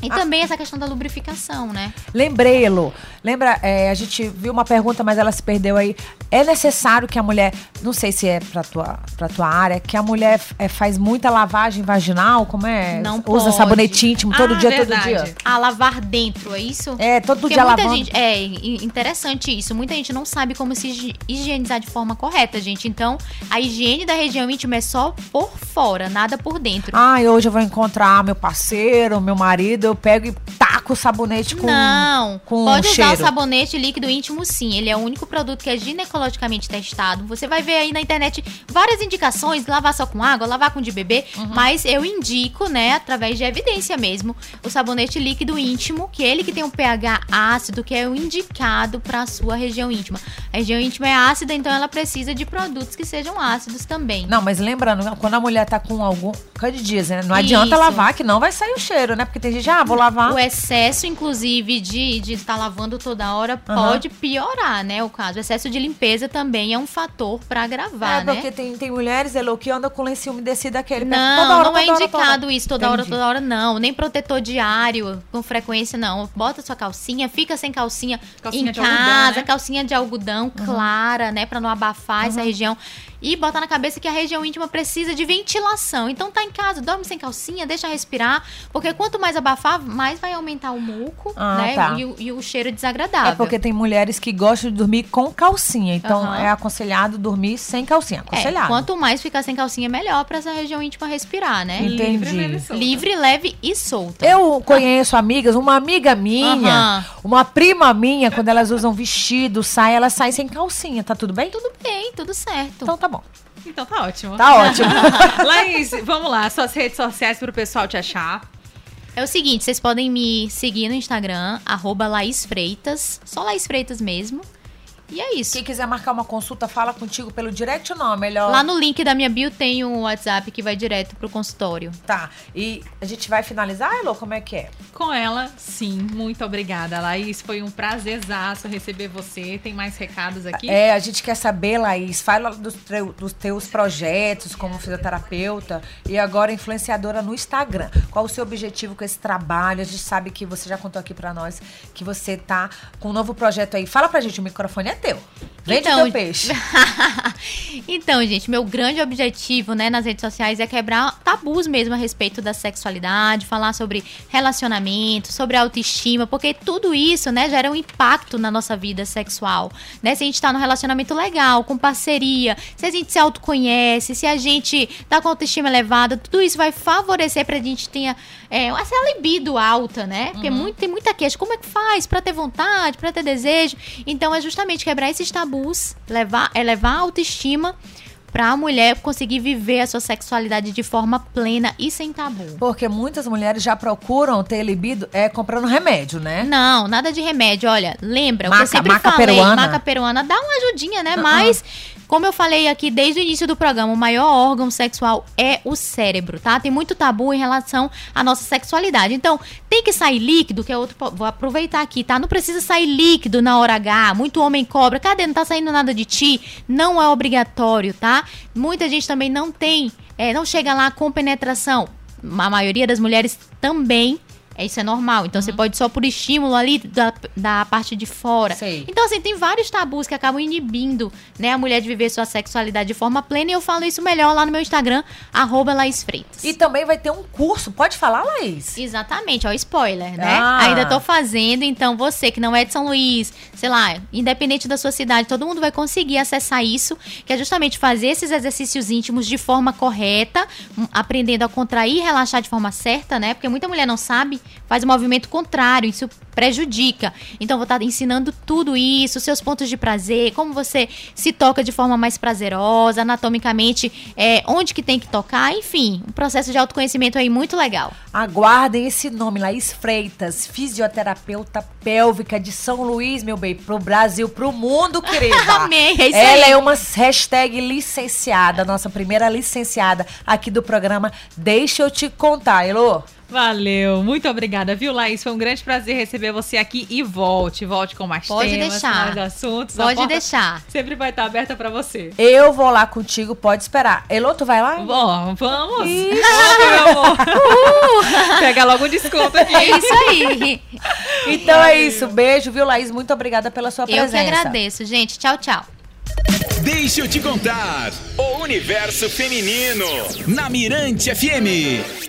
E também essa questão da lubrificação, né? Lembrei, Elô. Lembra, a gente viu uma pergunta, mas ela se perdeu aí. É necessário que a mulher, não sei se é pra tua área, que a mulher faz muita lavagem vaginal, como é? Não Usa pode. sabonete íntimo todo dia, verdade. todo dia? A lavar dentro, é isso? Todo Porque dia muita lavando. gente, interessante isso. Muita gente não sabe como se higienizar de forma correta, gente. Então, a higiene da região íntima é só por fora, nada por dentro. Hoje eu vou encontrar meu parceiro, meu marido, eu pego e taco o sabonete com Não, com pode usar cheiro. o sabonete líquido íntimo, sim. Ele é o único produto que é ginecologicamente testado. Você vai ver aí na internet várias indicações, lavar só com água, lavar com de bebê, mas eu indico, né, através de evidência mesmo, o sabonete líquido íntimo, que é ele que tem um pH ácido, que é o indicado para a sua região íntima. A região íntima é ácida, então ela precisa de produtos que sejam ácidos também. Não, mas lembrando, quando a mulher tá com algum candidíase, né? Não adianta Isso. lavar, que não vai sair o cheiro, né? Porque tem gente, vou lavar. O excesso, inclusive, de estar lavando toda hora pode piorar, né, o caso. O excesso de limpeza também é um fator para agravar, né? Porque tem mulheres, Elô, que andam com lenço umedecido aquele. Não é indicado isso toda Entendi. hora, não. Nem protetor diário com frequência, não. Bota sua calcinha, fica sem calcinha, Calcinha em de casa, algodão, né? calcinha de algodão clara, né, pra não abafar essa região. E botar na cabeça que a região íntima precisa de ventilação. Então tá em casa, dorme sem calcinha, deixa respirar, porque quanto mais abafar, mais vai aumentar o muco, né, tá. e o cheiro desagradável. É porque tem mulheres que gostam de dormir com calcinha. Então é aconselhado dormir sem calcinha. Aconselhado. Quanto mais ficar sem calcinha, melhor pra essa região íntima respirar, né? Entendi. Livre, leve e solta. Eu conheço amigas, uma amiga minha, uma prima minha, quando elas usam vestido, saia, elas saem sem calcinha. Tá tudo bem? Tudo bem, tudo certo. Então tá bom. Então tá ótimo. Tá ótimo. Laís, vamos lá, suas redes sociais pro pessoal te achar. É o seguinte, vocês podem me seguir no Instagram, @LaísFreitas, só Laís Freitas mesmo. E é isso. Quem quiser marcar uma consulta, fala contigo pelo direct ou não? É melhor. Lá no link da minha bio tem um WhatsApp que vai direto pro consultório. Tá. E a gente vai finalizar, Elô? Como é que é? Com ela, sim. Muito obrigada, Laís. Foi um prazerzaço receber você. Tem mais recados aqui? A gente quer saber, Laís, fala dos teus projetos como fisioterapeuta e agora influenciadora no Instagram. Qual o seu objetivo com esse trabalho? A gente sabe que você já contou aqui pra nós que você tá com um novo projeto aí. Fala pra gente, o microfone é teu. Vende teu peixe. Então, gente, meu grande objetivo, né, nas redes sociais é quebrar tabus mesmo a respeito da sexualidade, falar sobre relacionamento, sobre autoestima, porque tudo isso, né, gera um impacto na nossa vida sexual, né? Se a gente tá num relacionamento legal, com parceria, se a gente se autoconhece, se a gente tá com autoestima elevada, tudo isso vai favorecer pra gente tenha essa libido alta, né? Porque tem muita queixa. Como é que faz pra ter vontade, pra ter desejo? Então, é justamente quebrar esses tabus, elevar a autoestima pra a mulher conseguir viver a sua sexualidade de forma plena e sem tabu. Porque muitas mulheres já procuram ter libido comprando remédio, né? Não, nada de remédio. Olha, lembra, o que Maca, eu sempre maca falei, peruana. maca peruana dá uma ajudinha, né? Mas, como eu falei aqui desde o início do programa, o maior órgão sexual é o cérebro, tá? Tem muito tabu em relação à nossa sexualidade. Então, tem que sair líquido, que é outro... Vou aproveitar aqui, tá? Não precisa sair líquido na hora H. Muito homem cobra. Cadê? Não tá saindo nada de ti? Não é obrigatório, tá? Muita gente também não tem... não chega lá com penetração. A maioria das mulheres também... Isso é normal. Então, você pode só por estímulo ali da parte de fora. Sei. Então, assim, tem vários tabus que acabam inibindo, né, a mulher de viver sua sexualidade de forma plena. E eu falo isso melhor lá no meu Instagram, @LaísFreitas. E também vai ter um curso. Pode falar, Laís? Exatamente, ó, spoiler, né? Ah. Ainda tô fazendo, então você que não é de São Luís, sei lá, independente da sua cidade, todo mundo vai conseguir acessar isso, que é justamente fazer esses exercícios íntimos de forma correta, aprendendo a contrair e relaxar de forma certa, né? Porque muita mulher não sabe, faz o movimento contrário, isso prejudica. Então, vou estar ensinando tudo isso, seus pontos de prazer, como você se toca de forma mais prazerosa, anatomicamente, onde que tem que tocar, enfim, um processo de autoconhecimento aí muito legal. Aguardem esse nome, Laís Freitas, fisioterapeuta pélvica de São Luís, meu bem, pro Brasil, pro mundo, querida. Amei, é isso Ela aí. é uma hashtag licenciada, nossa primeira licenciada aqui do programa Deixa Eu Te Contar, Elô. Valeu, muito obrigada, viu, Laís? Foi um grande prazer receber você aqui e volte com mais Pode temas, deixar. mais assuntos. Pode deixar. Sempre vai estar aberta pra você. Eu vou lá contigo, pode esperar. Elô, tu vai lá? Bom, vamos. Isso. Vamos, meu amor. Pega logo um desconto aqui. É isso aí. Então é isso, beijo, viu, Laís? Muito obrigada pela sua presença. Eu que agradeço, gente. Tchau, tchau. Deixa eu te contar. O Universo Feminino. Na Mirante FM.